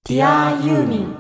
Dear ユーミン。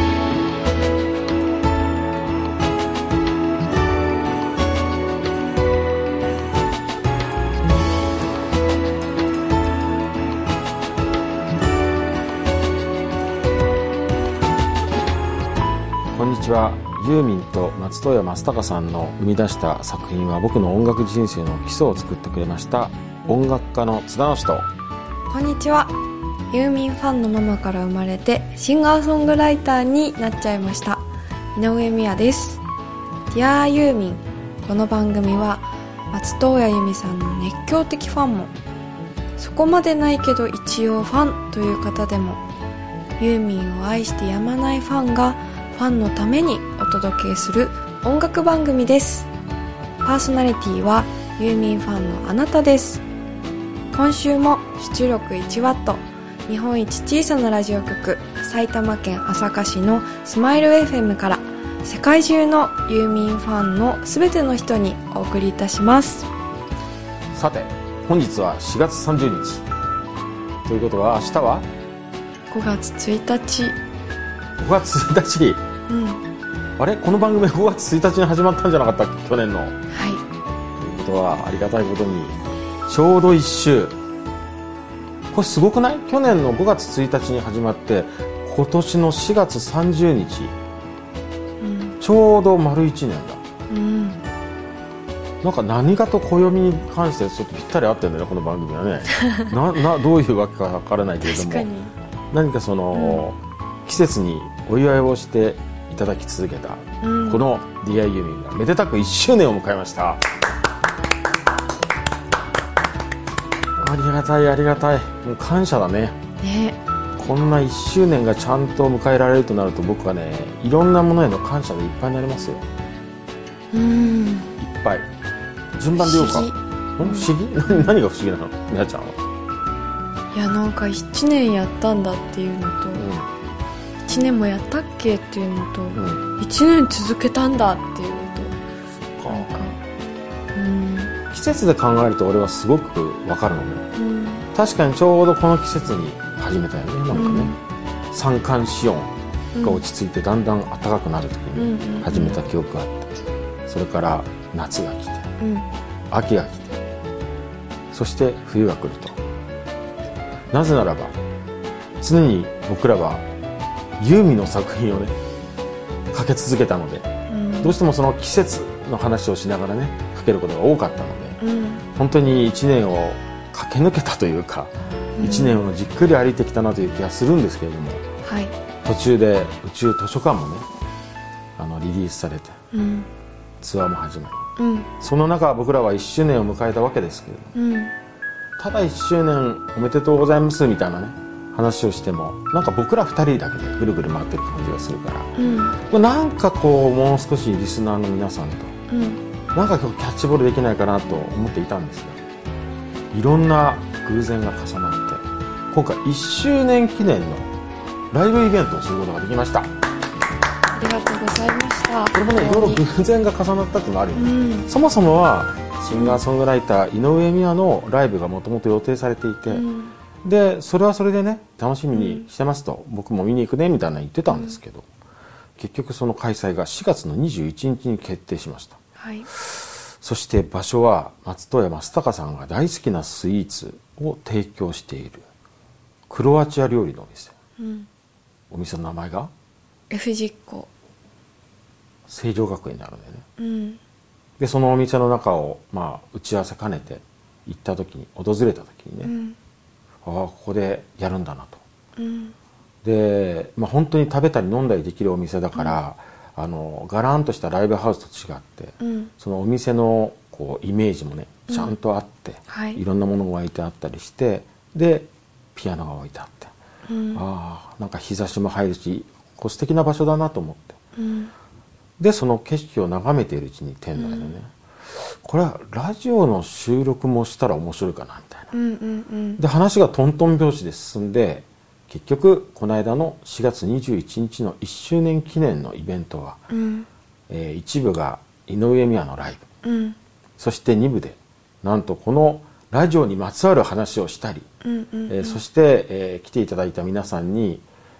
こんにちは。ユーミンと松任谷正隆さんの生み出した作品は僕の音楽人生の基礎を作ってくれました音楽家の津田の人。 こんにちは。ユーミンファンのママから生まれてシンガーソングライターになっちゃいました井上美也です。 Dear ユーミン。この番組は松任谷由実さんの熱狂的ファンも、そこまでないけど一応ファンという方でも、ユーミンを愛してやまないファンがファンのためにお届けする音楽番組です。パーソナリティはユーミンファンのあなたです。今週も出力 1W、 日本一小さなラジオ局、埼玉県朝霞市のスマイル FM から世界中のユーミンファンのすべての人にお送りいたします。 さて本日は4月30日ということは、明日は 5月1日。 5月1日、あれこの番組5月1日に始まったんじゃなかったっけ、去年の。 はい。 ということはありがたいことにちょうど1週。これすごくない？去年の5月1日に始まって今年の4月30日、ちょうど丸1年だ。なんか何かと暦に関してちょっとぴったり合ってるんだよね、この番組はね。どういうわけかわからないけれども、 確かに何かその、季節にお祝いをしていただき続けた、この Dear ユーミンがめでたく1周年を迎えました。ありがたいありがたい、もう感謝だね。こんな1周年がちゃんと迎えられるとなると、僕はね、いろんなものへの感謝でいっぱいになりますよ。いっぱい。順番で言おうか。不思議？何が不思議なの、みなちゃんは。 いや、なんか1年やったんだっていうのと、1年もやったっけっていうのと、1年続けたんだっていうのと、なんか季節で考えると俺はすごく分かるのね。確かにちょうどこの季節に始めたよね。なんかね、三寒四温が落ち着いてだんだん暖かくなる時に始めた記憶があって、それから夏が来て、秋が来て、そして冬が来ると。なぜならば常に僕らはユーミンの作品をねかけ続けたので、どうしてもその季節の話をしながらねかけることが多かったので、本当に1年を駆け抜けたというか、1年をじっくり歩いてきたなという気がするんですけれども、途中で宇宙図書館もねリリースされて、ツアーも始まり、その中僕らは1周年を迎えたわけですけれども、ただ1周年おめでとうございますみたいなね話をしても、なんか僕ら2人だけでぐるぐる回ってる感じがするから、なんかこうもう少しリスナーの皆さんと、なんか今日キャッチボールできないかなと思っていたんですが、いろんな偶然が重なって今回1周年記念のライブイベントをすることができました。 ありがとうございました。 これもね、いろいろ偶然が重なったっていうのがあるよね。そもそもはシンガーソングライター井上美也のライブがもともと予定されていて、でそれはそれでね楽しみにしてますと、僕も見に行くねみたいな言ってたんですけど、結局その開催が4月の21日に決定しました。そして場所は松任谷正隆さんが大好きなスイーツを提供しているクロアチア料理のお店、お店の名前が F 実行成城学園にあるんだよね。でそのお店の中を、打ち合わせ兼ねて行った時に、訪れた時にね、ここでやるんだなと。で、本当に食べたり飲んだりできるお店だから、ガランとしたライブハウスと違って、そのお店のこうイメージもねちゃんとあって、いろんなものが置いてあったりして、でピアノが置いてあって、なんか日差しも入るし、こう素敵な場所だなと思って、でその景色を眺めているうちに店内でね、これはラジオの収録もしたら面白いかなみたいな、で話がトントン拍子で進んで、結局この間の4月21日の1周年記念のイベントは、一部が井上美也のライブ、そして2部でなんとこのラジオにまつわる話をしたり、そして、来ていただいた皆さんに、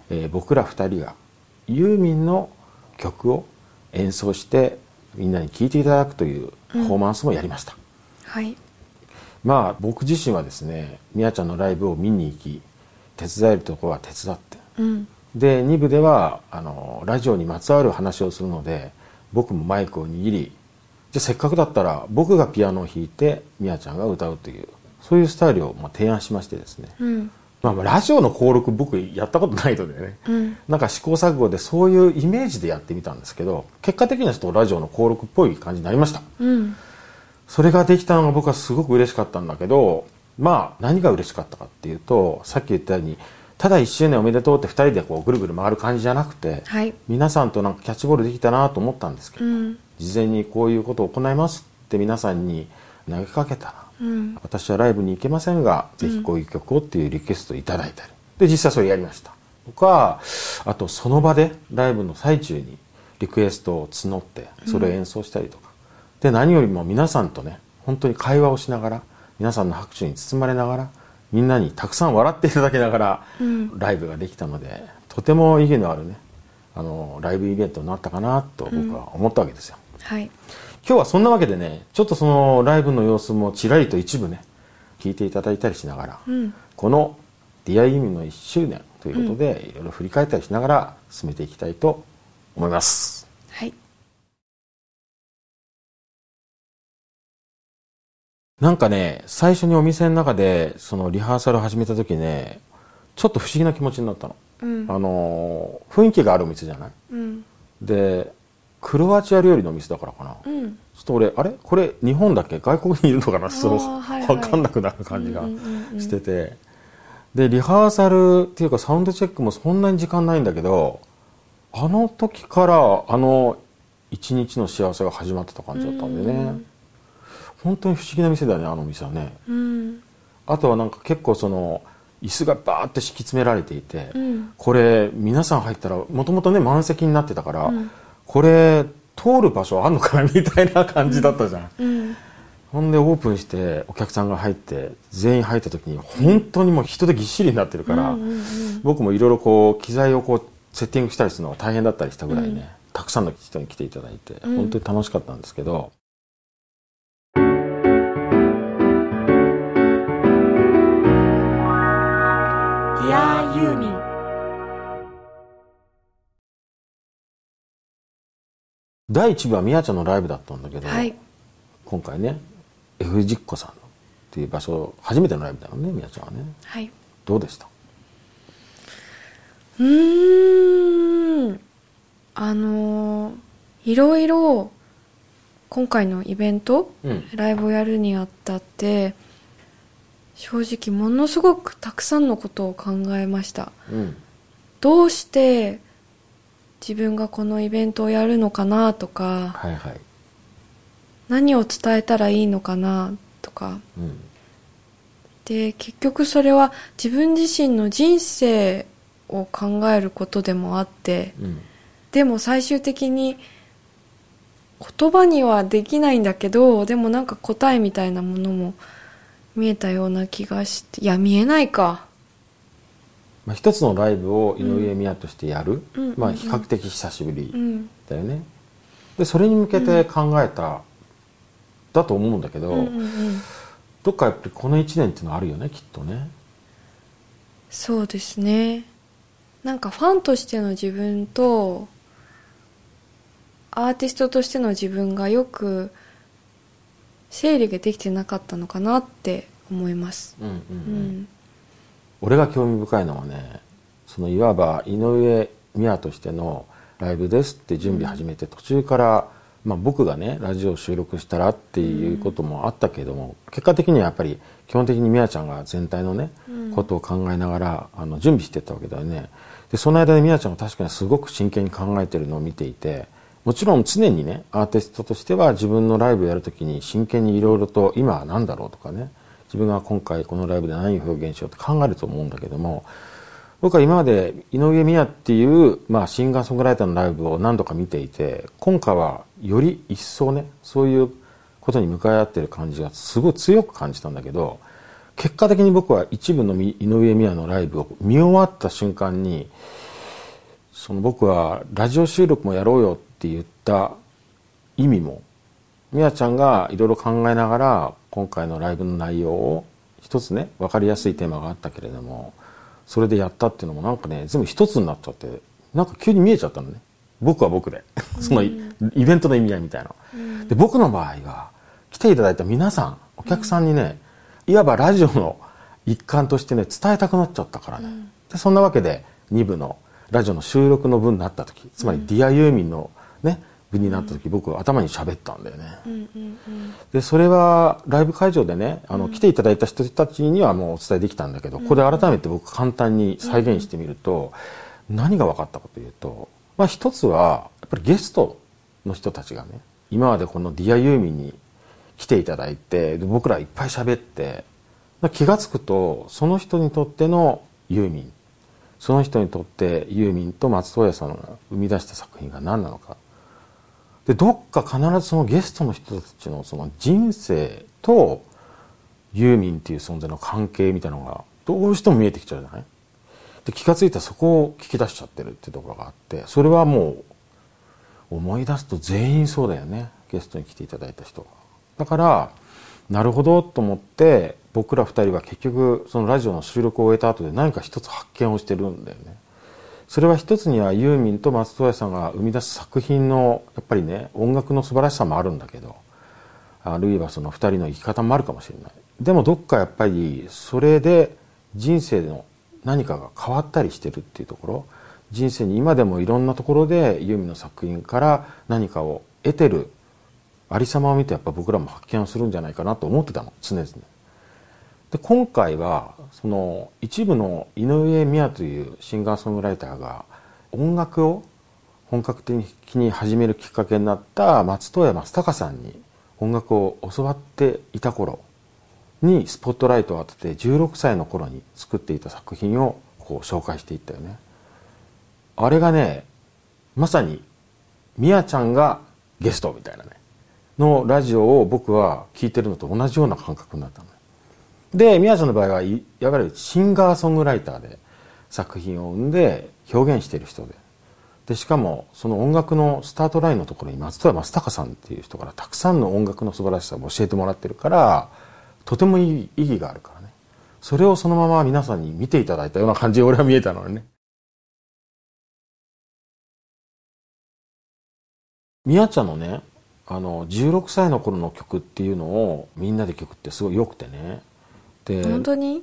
僕ら2人がユーミンの曲を演奏してみんなに聴いていただくというパフォーマンスもやりました、 はい。 まあ僕自身はですね、みやちゃんのライブを見に行き、手伝えるところは手伝って、で2部ではラジオにまつわる話をするので、僕もマイクを握り、じゃあせっかくだったら僕がピアノを弾いてみやちゃんが歌うという、そういうスタイルを提案しましてですね、まあ、ラジオの登録僕やったことないのでね、なんか試行錯誤でそういうイメージでやってみたんですけど、結果的にはちょっとラジオの登録っぽい感じになりました、それができたのが僕はすごく嬉しかったんだけど、まあ何が嬉しかったかっていうと、さっき言ったようにただ1周年おめでとうって2人でこうぐるぐる回る感じじゃなくて、はい、皆さんとなんかキャッチボールできたなと思ったんですけど、事前にこういうことを行いますって皆さんに投げかけたら、私はライブに行けませんが、ぜひこういう曲をっていうリクエストをいただいたりで、実際それやりましたとか、あとその場でライブの最中にリクエストを募ってそれを演奏したりとか、で何よりも皆さんとね本当に会話をしながら、皆さんの拍手に包まれながら、みんなにたくさん笑っていただきながらライブができたので、とても意義のあるねライブイベントになったかなと僕は思ったわけですよ、はい、今日はそんなわけでね、ちょっとそのライブの様子もちらりと一部ね聞いていただいたりしながら、このディアユーミンの1周年ということで、いろいろ振り返ったりしながら進めていきたいと思います。はい。なんかね、最初にお店の中でそのリハーサルを始めた時ね、ちょっと不思議な気持ちになったの、雰囲気があるお店じゃない、でクロアチア料理のお店だからかな、ちょっと俺あれこれ日本だっけ外国にいるのかな、そう分かんなくなる感じがしてて、でリハーサルっていうかサウンドチェックもそんなに時間ないんだけど、あの時から一日の幸せが始まってた感じだったんでね、本当に不思議な店だね、あのお店はね、あとはなんか結構その椅子がバーって敷き詰められていて、これ皆さん入ったらもともとね満席になってたから、これ通る場所あんのかなみたいな感じだったじゃん、ほんでオープンしてお客さんが入って全員入った時に本当にもう人でぎっしりになってるから、僕もいろいろこう機材をこうセッティングしたりするのが大変だったりしたぐらいね、たくさんの人に来ていただいて本当に楽しかったんですけど、Dear ユーミン、第1部はみやちゃんのライブだったんだけど、はい、今回ね F ジッコさんっていう場所初めてのライブだよね、みやちゃんはね、はい、どうでした？ いろいろ今回のイベント、ライブをやるにあたって正直ものすごくたくさんのことを考えました、どうして自分がこのイベントをやるのかなとか、何を伝えたらいいのかなとか、で結局それは自分自身の人生を考えることでもあって、でも最終的に言葉にはできないんだけど、でもなんか答えみたいなものも見えたような気がして、いや見えないか、 一つのライブを井上美也としてやる、比較的久しぶりだよね、でそれに向けて考えた、だと思うんだけど、どっかやっぱりこの1年っていうのはあるよね、きっとね。 そうですね、なんかファンとしての自分とアーティストとしての自分がよく整理ができてなかったのかなって思います。 俺が興味深いのはね、そのいわば井上美也としてのライブですって準備始めて、途中から、僕がねラジオを収録したらっていうこともあったけども、結果的にはやっぱり基本的に美也ちゃんが全体のね、ことを考えながら準備していったわけだよね。でその間で美也ちゃんが確かにすごく真剣に考えてるのを見ていて、もちろん常にねアーティストとしては自分のライブをやるときに真剣にいろいろと今は何だろうとかね、自分が今回このライブで何を表現しようって考えると思うんだけども、僕は今まで井上美也っていう、シンガーソングライターのライブを何度か見ていて、今回はより一層ねそういうことに向かい合ってる感じがすごい強く感じたんだけど、結果的に僕は一部の井上美也のライブを見終わった瞬間に、 その僕はラジオ収録もやろうよって言った意味も、みやちゃんがいろいろ考えながら今回のライブの内容を一つね、分かりやすいテーマがあったけれども、それでやったっていうのもなんかね、全部一つになっちゃって、なんか急に見えちゃったのね。僕は僕でそのイベントの意味合いみたいな、で僕の場合は来ていただいた皆さん、お客さんにね、いわばラジオの一環としてね、伝えたくなっちゃったからね、でそんなわけで2部のラジオの収録の分になった時、つまりディアユーミンのね分になった時、僕は頭に喋ったんだよね、でそれはライブ会場でね、来ていただいた人たちにはもうお伝えできたんだけど、ここで改めて僕簡単に再現してみると、何が分かったかというと、まあ一つはやっぱりゲストの人たちがね、今までこのディアユーミンに来ていただいて、で僕らいっぱい喋って、気がつくとその人にとってのユーミン、その人にとってユーミンと松任谷さんが生み出した作品が何なのか、でどっか必ずそのゲストの人たちのその人生とユーミンっていう存在の関係みたいなのがどうしても見えてきちゃうじゃない。で気がついたらそこを聞き出しちゃってるっていうところがあって、それはもう思い出すと全員そうだよね、ゲストに来ていただいた人が。だからなるほどと思って、僕ら2人は結局そのラジオの収録を終えた後で何か一つ発見をしてるんだよね。それは一つにはユーミンと松任谷さんが生み出す作品のやっぱりね、音楽の素晴らしさもあるんだけど、あるいはその2人の生き方もあるかもしれない。でもどっかやっぱりそれで人生の何かが変わったりしてるっていうところ、人生に今でもいろんなところでユーミンの作品から何かを得てるありさまを見て、やっぱ僕らも発見をするんじゃないかなと思ってたの、常々。で今回はその一部の井上美也というシンガーソングライターが音楽を本格的に始めるきっかけになった松任谷正隆さんに音楽を教わっていた頃にスポットライトを当てて、16歳の頃に作っていた作品をこう紹介していったよね。あれがね、まさにみやちゃんがゲストみたいなねのラジオを僕は聴いてるのと同じような感覚になったの。でみやちゃんの場合はいわゆるシンガーソングライターで作品を生んで表現している人で、しかもその音楽のスタートラインのところに松任谷正隆さんっていう人からたくさんの音楽の素晴らしさを教えてもらってるから、とてもいい意義があるからね。それをそのまま皆さんに見ていただいたような感じで俺は見えたのね。みやちゃんのね、16歳の頃の曲っていうのをみんなで聴くってすごい良くてね。で本当に、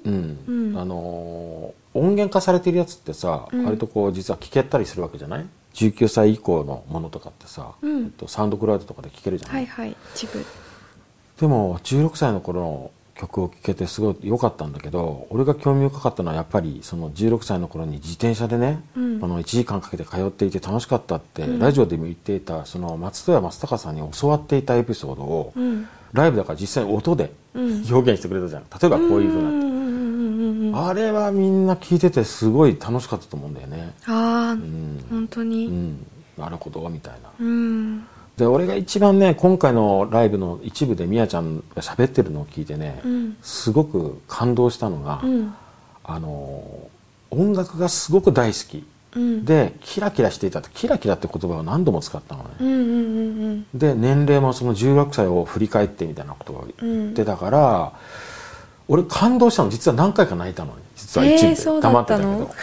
音源化されてるやつってさ、割とこう実は聴けたりするわけじゃない。19歳以降のものとかってさ、サウンドクラウドとかで聴けるじゃない。 はいはい、一部。 でも16歳の頃の曲を聴けてすごい良かったんだけど、俺が興味深かったのはやっぱりその16歳の頃に自転車でね、1時間かけて通っていて楽しかったって、ラジオでも言っていたその松任谷正隆さんに教わっていたエピソードを、ライブだから実際に音で表現してくれたじゃん。例えばこういうふうな、あれはみんな聞いててすごい楽しかったと思うんだよね。 ああ、本当に、 なるほどみたいな。で俺が一番ね、今回のライブの一部でみやちゃんが喋ってるのを聞いてね、すごく感動したのが、音楽がすごく大好き、でキラキラしていたって、キラキラって言葉を何度も使ったのね、で年齢もその16歳を振り返ってみたいなことを言ってたから、俺感動したの。実は何回か泣いたのね、実は一部で黙ってたけど。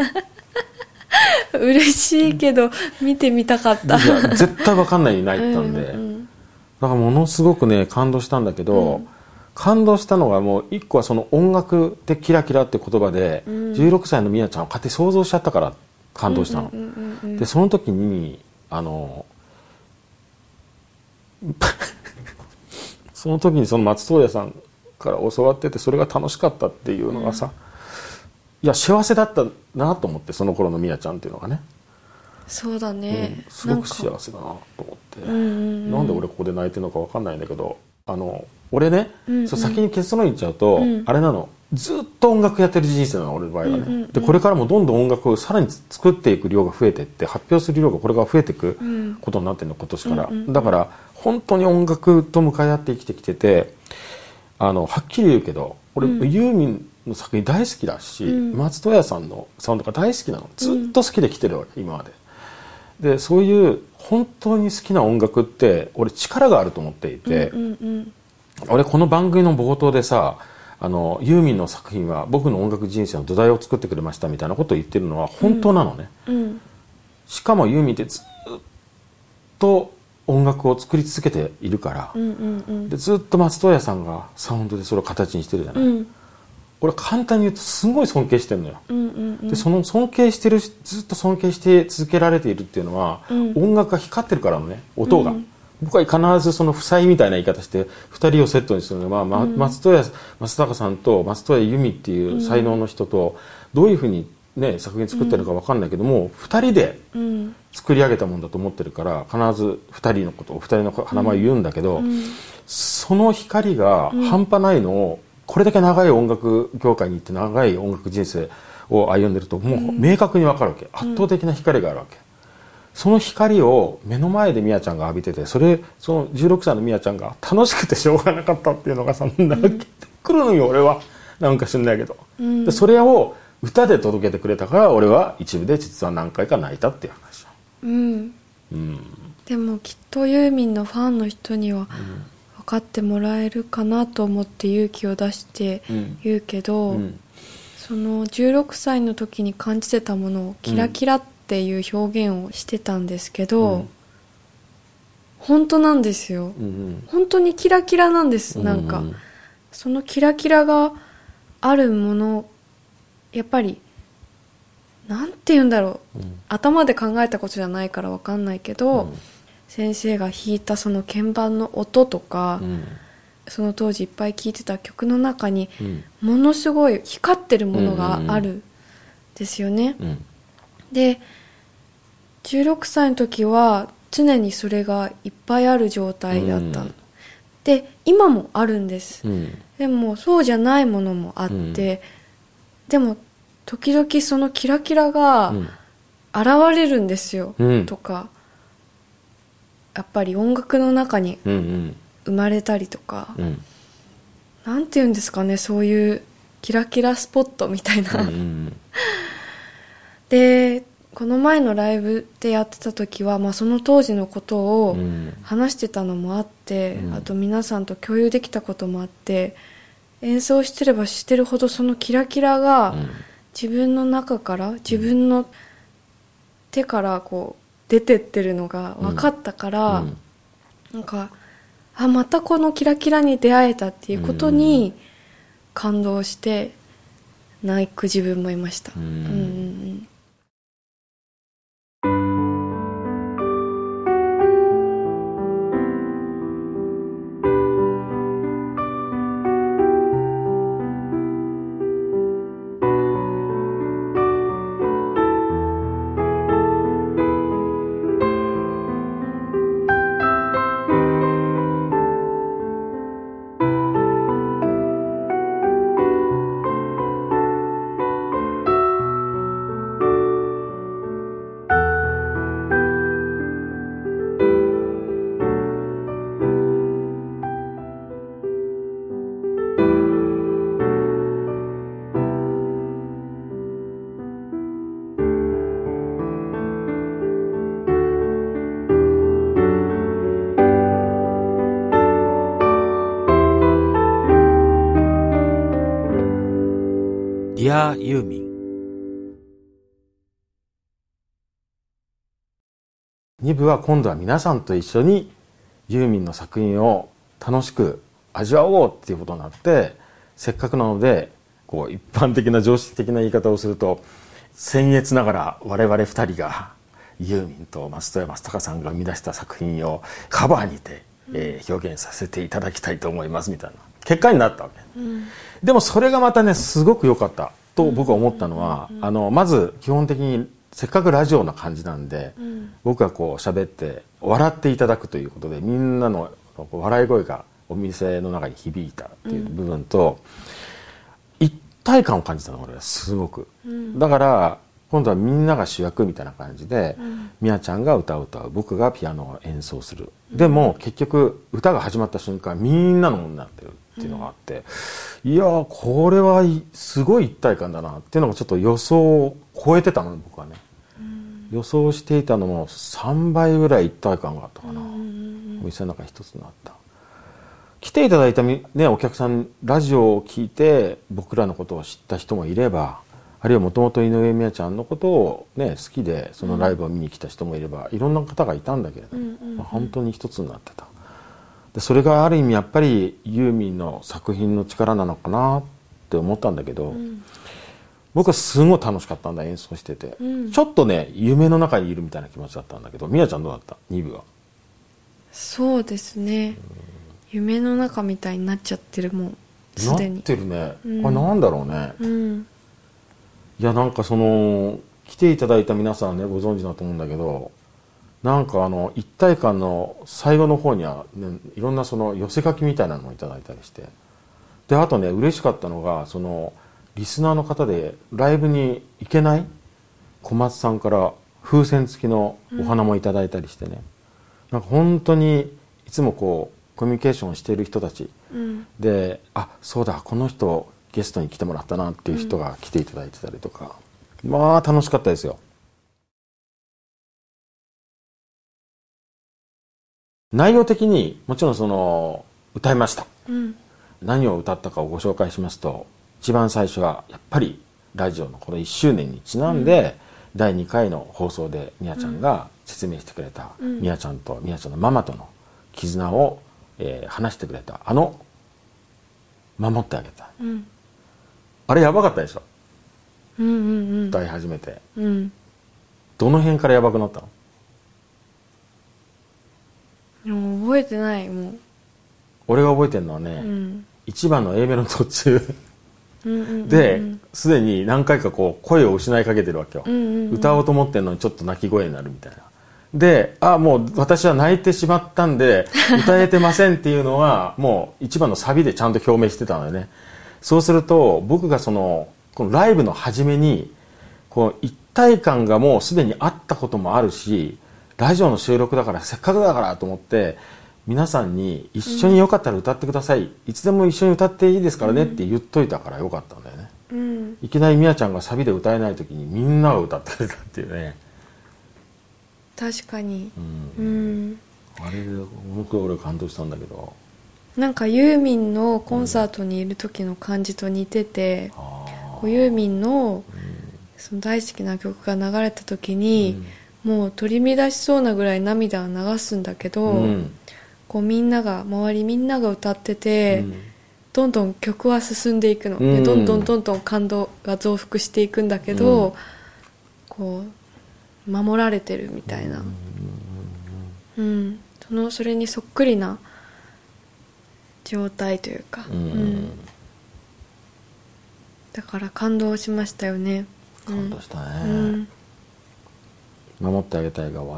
嬉しいけど見てみたかった。 いや絶対分かんないに泣いてたんで、だからものすごくね感動したんだけど、感動したのがもう一個はその音楽でキラキラって言葉で、16歳のみやちゃんを勝手に想像しちゃったから感動したの。でその時にその時にその松任谷さんから教わってて、それが楽しかったっていうのがさ、いや幸せだったなと思って、その頃のみやちゃんっていうのがね。 そうだね、 すごく幸せだなと思って、なんで俺ここで泣いてるのか分かんないんだけど、俺ね、先に結論言っちゃうと、あれなの、ずっと音楽やってる人生なの俺の場合はね、でこれからもどんどん音楽をさらに作っていく量が増えていって、発表する量がこれから増えていくことになってるの、今年から、だから本当に音楽と向かい合って生きてきてて、はっきり言うけど俺、ユーミンの作品大好きだし、松任谷さんのサウンドが大好きなの。ずっと好きで来てるわけ、今まで。で、そういう本当に好きな音楽って俺力があると思っていて、俺この番組の冒頭でさ、ユーミンの作品は僕の音楽人生の土台を作ってくれましたみたいなことを言ってるのは本当なのね。しかもユーミンってずっと音楽を作り続けているから、でずっと松任谷さんがサウンドでそれを形にしてるじゃない。俺簡単に言うとすごい尊敬してるのよ。でその尊敬してる、ずっと尊敬して続けられているっていうのは、音楽が光ってるからのね、音が。僕は必ずその負債みたいな言い方して2人をセットにするのは、松高さんと松任谷由実っていう才能の人とどういうふうに、ね、作品作ってるのか分かんないけども、2人で作り上げたもんだと思ってるから、必ず2人のことを2人の名前を言うんだけど、その光が半端ないのを、これだけ長い音楽業界に行って長い音楽人生を歩んでるともう明確に分かるわけ。圧倒的な光があるわけ。その光を目の前でみやちゃんが浴びてて、その16歳のみやちゃんが楽しくてしょうがなかったっていうのがさ、泣けてくるのよ、俺は。なんか知んないけど。でそれを歌で届けてくれたから、俺は一部で実は何回か泣いたっていう話。 でもきっとユーミンのファンの人には分かってもらえるかなと思って勇気を出して言うけど、その16歳の時に感じてたものをキラキラっていう表現をしてたんですけど、本当なんですよ。本当にキラキラなんです。なんかそのキラキラがあるもの、やっぱりなんて言うんだろう、頭で考えたことじゃないから分かんないけど、先生が弾いたその鍵盤の音とか、その当時いっぱい聴いてた曲の中にものすごい光ってるものがあるんですよね。で16歳の時は常にそれがいっぱいある状態だった、で今もあるんです、でもそうじゃないものもあって、でも時々そのキラキラが現れるんですよ、とかやっぱり音楽の中に生まれたりとか、なんて言うんですかね、そういうキラキラスポットみたいなでこの前のライブでやってた時は、その当時のことを話してたのもあって、あと皆さんと共有できたこともあって、演奏してればしてるほどそのキラキラが自分の中から、自分の手からこう出てってるのが分かったから、なんかまたこのキラキラに出会えたっていうことに感動して泣く自分もいました。 ディア・ユーミン。2部は今度は皆さんと一緒にユーミンの作品を楽しく味わおうっていうことになって、せっかくなのでこう一般的な常識的な言い方をすると、僭越ながら我々2人がユーミンと松任谷正隆さんが生み出した作品をカバーにて、表現させていただきたいと思いますみたいな結果になったわけ、でもそれがまたねすごく良かったと僕は思ったのは、まず基本的にせっかくラジオな感じなんで、僕がこう喋って笑っていただくということで、みんなの笑い声がお店の中に響いたっていう部分と、一体感を感じたの俺はすごく、だから今度はみんなが主役みたいな感じで、みやちゃんが歌を歌う、僕がピアノを演奏する。でも結局歌が始まった瞬間みんなのものになってるっていうのがあって、いやーこれはすごい一体感だなっていうのがちょっと予想を超えてたの、僕はね。予想していたのも3倍ぐらい一体感があったかな。お店の中一つになった。来ていただいた、ね、お客さん、ラジオを聞いて僕らのことを知った人もいれば、あるいはもともと井上美也ちゃんのことを、ね、好きでそのライブを見に来た人もいれば、いろんな方がいたんだけれども、本当に一つになってた。でそれがある意味やっぱりユーミンの作品の力なのかなって思ったんだけど、僕はすごい楽しかったんだ、演奏してて、ちょっとね夢の中にいるみたいな気持ちだったんだけど、美也ちゃんどうだった？2部は。 そうですね、夢の中みたいになっちゃってる、もうすでになってるね、これなんだろうね、いやなんかその来ていただいた皆さんねご存知だと思うんだけど、なんか一体感の最後の方には、ね、いろんなその寄せ書きみたいなのをいただいたりして、であとね嬉しかったのが、そのリスナーの方でライブに行けない小松さんから風船付きのお花もいただいたりしてね、なんか本当にいつもこうコミュニケーションをしている人たち、で、あ、そうだこの人ゲストに来てもらったなっていう人が来ていただいてたりとか、まあ楽しかったですよ。内容的にもちろんその歌いました、何を歌ったかをご紹介しますと、一番最初はやっぱりラジオのこの1周年にちなんで、第2回の放送でみやちゃんが説明してくれた、みやちゃんとみやちゃんのママとの絆を、話してくれた守ってあげた、あれやばかったでしょ、歌い始めて、どの辺からやばくなったの？ もう覚えてない。もう俺が覚えてるのはね、1番の A メロの途中ですでに何回かこう声を失いかけてるわけよ、歌おうと思ってるのにちょっと泣き声になるみたいな。で、もう私は泣いてしまったんで歌えてませんっていうのはもう1番のサビでちゃんと表明してたのよね。そうすると僕がこのライブの初めにこう一体感がもうすでにあったこともあるし、ラジオの収録だからせっかくだからと思って皆さんに一緒によかったら歌ってください、いつでも一緒に歌っていいですからねって言っといたからよかったんだよね、いきなりみやちゃんがサビで歌えない時にみんなが歌ってくれたっていうね。 確かに、 あれで僕は俺感動したんだけど、 なんかユーミンのコンサートにいる時の感じと似てて、こうユーミンのその大好きな曲が流れた時に、もう取り乱しそうなぐらい涙を流すんだけど、こう周りみんなが歌ってて、どんどん曲は進んでいくの、でどんどん感動が増幅していくんだけど、こう守られてるみたいな、それにそっくりな状態というか、だから感動しましたよね。 感動したね、守ってあげたいが終わって、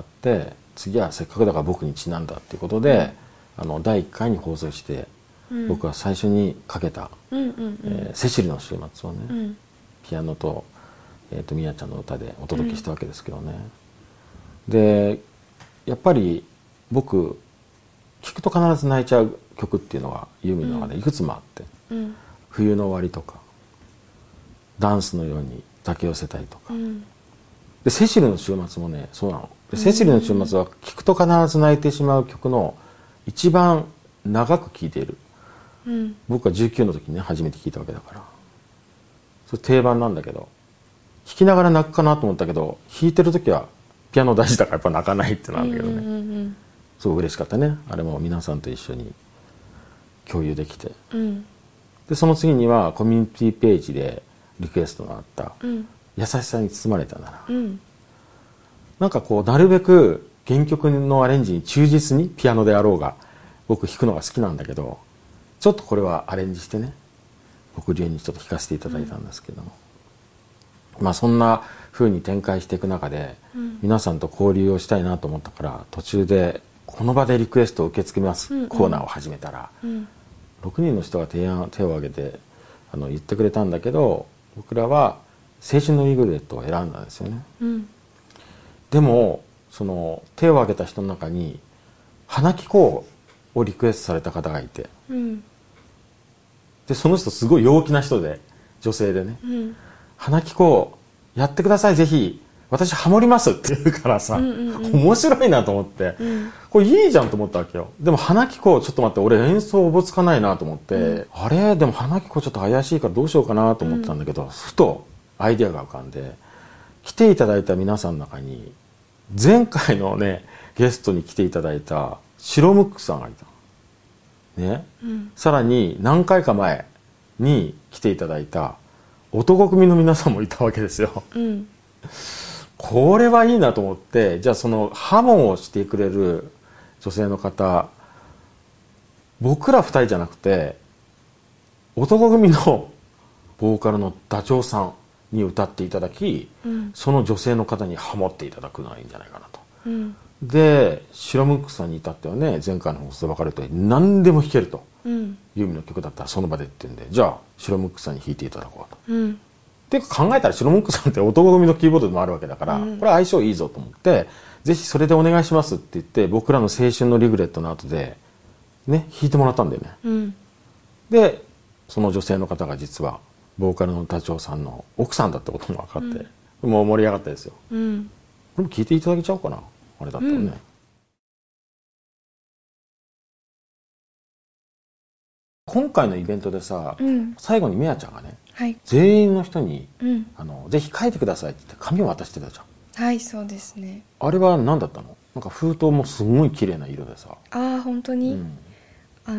次はせっかくだから僕にちなんだっていうことで、第1回に放送して、僕は最初にかけた、セシルの週末をね、ピアノとみやちゃんの歌でお届けしたわけですけどね、でやっぱり僕聴くと必ず泣いちゃう曲っていうのがユーミンの中でいくつもあって、冬の終わりとかダンスのように抱き寄せたいとか、でセシルの週末もねそうなので、セシルの週末は聴くと必ず泣いてしまう曲の一番長く聴いている、僕が19の時にね初めて聴いたわけだから、それ定番なんだけど、弾きながら泣くかなと思ったけど弾いてる時はピアノ大事だからやっぱ泣かないってなんだけどね、すごい嬉しかったね。あれも皆さんと一緒に共有できて、でその次にはコミュニティページでリクエストがあった、優しさに包まれたなら、なんかこうなるべく原曲のアレンジに忠実にピアノであろうが僕弾くのが好きなんだけど、ちょっとこれはアレンジしてね僕流にちょっと弾かせていただいたんですけども、まあそんな風に展開していく中で、皆さんと交流をしたいなと思ったから途中でこの場でリクエストを受け付けますコーナーを始めたら、6人の人が手を挙げて言ってくれたんだけど、僕らは青春のリグレットを選んだんですよね。 うん、 でもその手を挙げた人の中に花木工をリクエストされた方がいて、 うん、 でその人すごい陽気な人で、女性でね、 うん、 花木工やってください、ぜひ私ハモりますって言うからさ、 うんうんうん、 面白いなと思って、 うん、 これいいじゃんと思ったわけよ。でも花木工ちょっと待って、俺演奏おぼつかないなと思って、うん、あれでも花木工ちょっと怪しいからどうしようかなと思ってたんだけど、うん、ふとアイデアが浮かんで、来ていただいた皆さんの中に前回のねゲストに来ていただいた白ムックさんがいたね、うん、さらに何回か前に来ていただいた男組の皆さんもいたわけですよ、うん、これはいいなと思って、じゃあそのハモをしてくれる女性の方、僕ら2人じゃなくて男組のボーカルのダチョウさんに歌っていただき、うん、その女性の方にハモっていただくのがいいんじゃないかなと、うん、でシラムックさんに至ってはね、前回の放送で分かるとおり何でも弾けると、うん、ユーミンの曲だったらその場でって言うんで、じゃあシラムックさんに弾いていただこうと、うん、って考えたらシラムックさんって男組のキーボードでもあるわけだから、うん、これは相性いいぞと思って、ぜひそれでお願いしますって言って、僕らの青春のリグレットの後でね弾いてもらったんだよね、うん、でその女性の方が実はボーカルのダチョウさんの奥さんだってことも分かって、うん、もう盛り上がったですよ、うん、これも聞いていただけちゃおうかな、あれだったらね、うん、今回のイベントでさ、うん、最後にみやちゃんがね、はい、全員の人に、うん、ぜひ書いてくださいって言って紙を渡してたじゃん。 はい、そうですね。 あれは何だったの？なんか封筒もすごい綺麗な色でさ。 ああ、本当に、うん、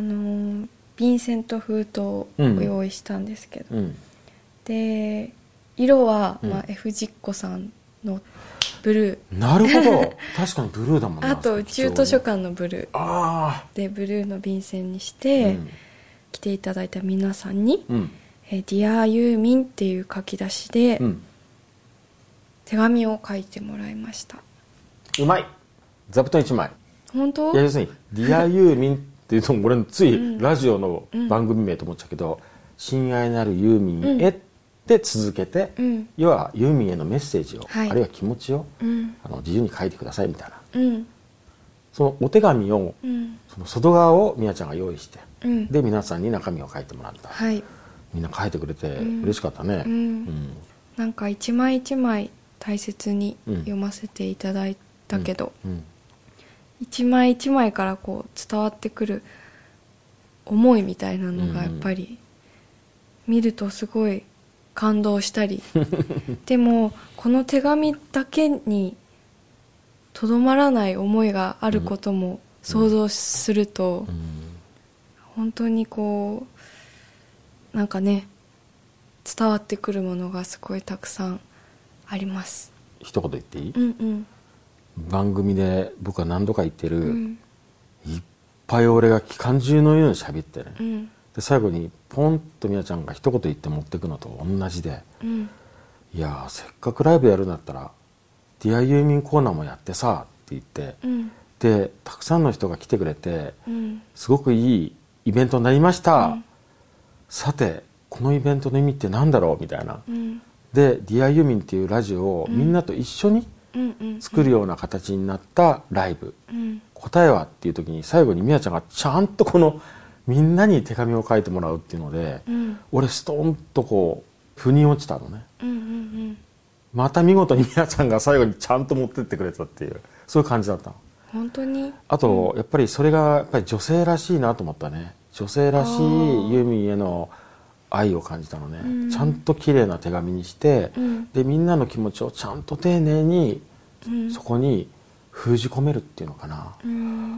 便箋と封筒を用意したんですけど、うん、で色は、まあ、F ジッコさんのブルー。なるほど確かにブルーだもんね。 あと宇宙図書館のブルーでブルーの便箋にして、うん、来ていただいた皆さんに、うんDear ユーミンっていう書き出しで、うん、手紙を書いてもらいました。 うまい。座布団1枚。 本当？ いや要するに Dear ユーミンっていうと俺のついラジオの番組名と思っちゃうけど、うん、親愛なるユーミンへって続けて、うん、要はユーミンへのメッセージを、はい、あるいは気持ちを、うん、自由に書いてくださいみたいな、うん、そのお手紙を、うん、その外側をみやちゃんが用意して、うん、で皆さんに中身を書いてもらった、はい、みんな書いてくれて嬉しかったね、うんうん、 なんか一枚一枚大切に読ませていただいたけど、うんうん、一枚一枚からこう伝わってくる思いみたいなのがやっぱり見るとすごい感動したりでもこの手紙だけにとどまらない思いがあることも想像すると、本当にこうなんかね伝わってくるものがすごいたくさんあります。 一言言っていい？ うんうん、 番組で僕は何度か言ってる、うん、いっぱい俺が機関銃のように喋ってね、うん、で最後にポンとみやちゃんが一言言って持ってくのと同じで、うん、いやせっかくライブやるんだったらディアユーミンコーナーもやってさって言って、うん、でたくさんの人が来てくれて、うん、すごくいいイベントになりました、うん、さてこのイベントの意味って何だろうみたいな、うん、でディアユーミンっていうラジオをみんなと一緒に作るような形になったライブ、うん、答えはっていう時に最後にみやちゃんがちゃんとこのみんなに手紙を書いてもらうっていうので、うん、俺ストーンとこう腑に落ちたのね、うんうんうん、また見事にみやちゃんが最後にちゃんと持ってってくれたっていうそういう感じだったの。 本当に。 あと、やっぱりそれがやっぱり女性らしいなと思ったね。女性らしいユーミンへの愛を感じたのね、うん、ちゃんと綺麗な手紙にして、うん、でみんなの気持ちをちゃんと丁寧に、うん、そこに封じ込めるっていうのかな、うん、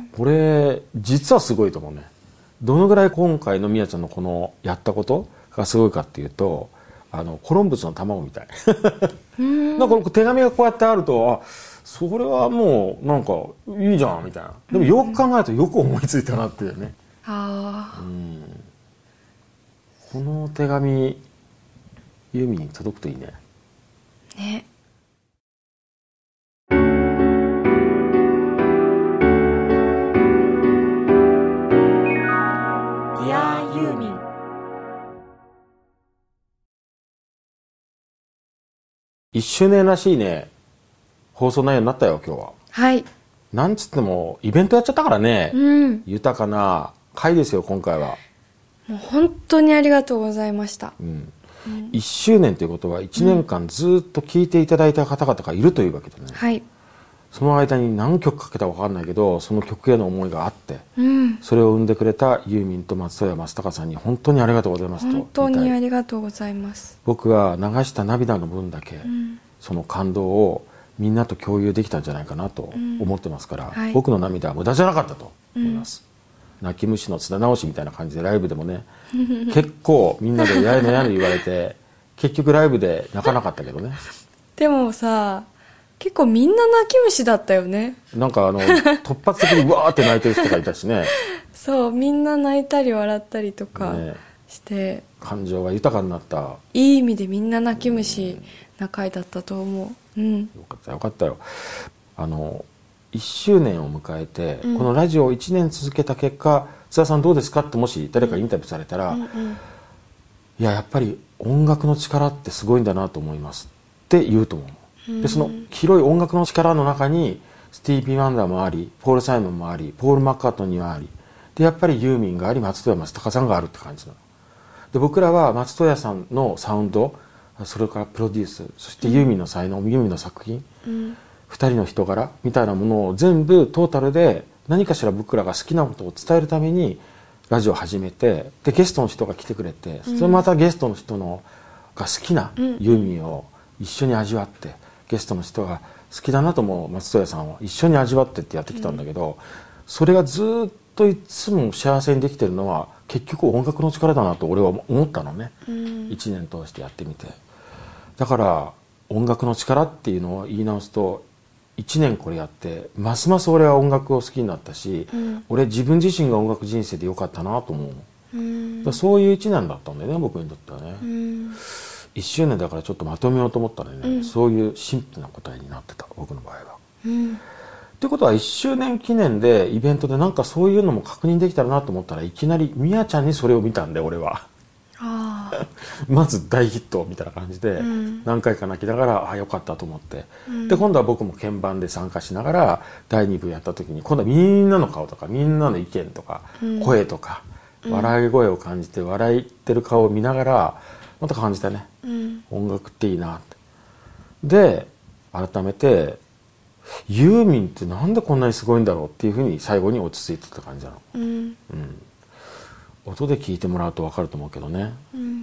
これ実はすごいと思うね。どのぐらい今回のみやちゃんのこのやったことがすごいかっていうとコロンブスの卵みたいなんか手紙がこうやってあるとそれはもうなんかいいじゃんみたいな。でもよく考えるとよく思いついたなっていうね、この手紙ユーミンに届くといいね。 ね。 1周年らしいね、放送内容になったよ、今日は。 はい。 なんつっても、イベントやっちゃったからね。豊かな回ですよ、今回は。 もう本当にありがとうございました。 1周年ということは、1年間ずっと聞いていただいた方々がいるというわけだね。 はい。 その間に何曲かけたか分かんないけど、その曲への思いがあって、それを生んでくれたユーミンと松任谷正隆さんに本当にありがとうございますと。 本当にありがとうございます。 僕が流した涙の分だけ、その感動をみんなと共有できたんじゃないかなと思ってますから、 はい、 僕の涙は無駄じゃなかったと思います。泣き虫の綱直しみたいな感じでライブでもね結構みんなでやいのやいの言われて結局ライブで泣かなかったけどね。 でもさ、結構みんな泣き虫だったよね。 なんか突発的にわーって泣いてる人がいたしね。 そう、みんな泣いたり笑ったりとかして、 ね、感情が豊かになった。 いい意味でみんな泣き虫な回だったと思う。よかったよかったよ。1周年を迎えて、このラジオを1年続けた結果、津田さんどうですかってもし誰かインタビューされたら、やっぱり音楽の力ってすごいんだなと思いますって言うと思う。でその広い音楽の力の中にスティービー・ワンダーもあり、ポール・サイモンもあり、ポール・マッカートニーはありで、やっぱりユーミンがあり、松任谷正隆さんがあるって感じなので、僕らは松任谷さんのサウンド、それからプロデュース、そしてユーミンの才能、ユーミンの作品、2人の人柄みたいなものを全部トータルで何かしら僕らが好きなことを伝えるためにラジオを始めて、でゲストの人が来てくれて、それまたゲストの人のが好きなユーミンを一緒に味わって、ゲストの人が好きだなと思う松任谷さんを一緒に味わってってやってきたんだけど、それがずっといつも幸せにできてるのは結局音楽の力だなと俺は思ったのね、1年通してやってみて。だから音楽の力っていうのを言い直すと、1年これやってますます俺は音楽を好きになったし、俺自分自身が音楽人生でよかったなと思う。だそういう1年だったんだよね、僕にとってはね。1周年だからちょっとまとめようと思ったらね、そういうシンプルな答えになってた、僕の場合は。ってことは1周年記念でイベントでなんかそういうのも確認できたらなと思ったら、いきなりみやちゃんにそれを見たんで俺は。まず大ヒットみたいな感じで、何回か泣きながらよかったと思って、で今度は僕も鍵盤で参加しながら第2部やった時に、今度はみんなの顔とかみんなの意見とか、声とか笑い声を感じて笑ってる顔を見ながらまた感じたね、音楽っていいなって。で改めてユーミンってなんでこんなにすごいんだろうっていうふうに最後に落ち着いてた感じなの。音で聞いてもらうと分かると思うけどね、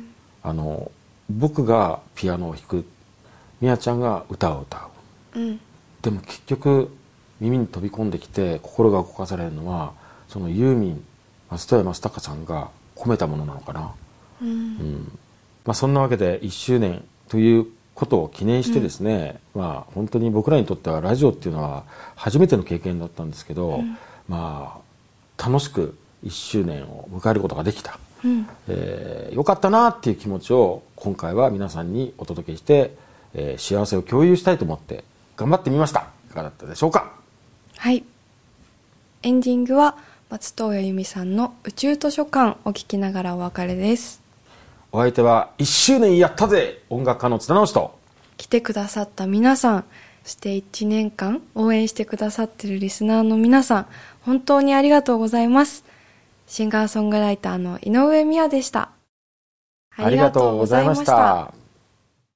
僕がピアノを弾く、みやちゃんが歌を歌う、でも結局耳に飛び込んできて心が動かされるのはそのユーミン、松任谷正隆さんが込めたものなのかな。そんなわけで1周年ということを記念してですね、本当に僕らにとってはラジオっていうのは初めての経験だったんですけど、楽しく1周年を迎えることができた、よかったなっていう気持ちを今回は皆さんにお届けして、幸せを共有したいと思って頑張ってみました。いかがだったでしょうか。 はい、エンディングは松任谷由実さんの宇宙図書館を聞きながらお別れです。 お相手は1周年やったぜ音楽家の綱直しと、 来てくださった皆さん、そして1年間応援してくださってるリスナーの皆さん、本当にありがとうございます。シンガーソングライターの井上美也でした。 ありがとうございました。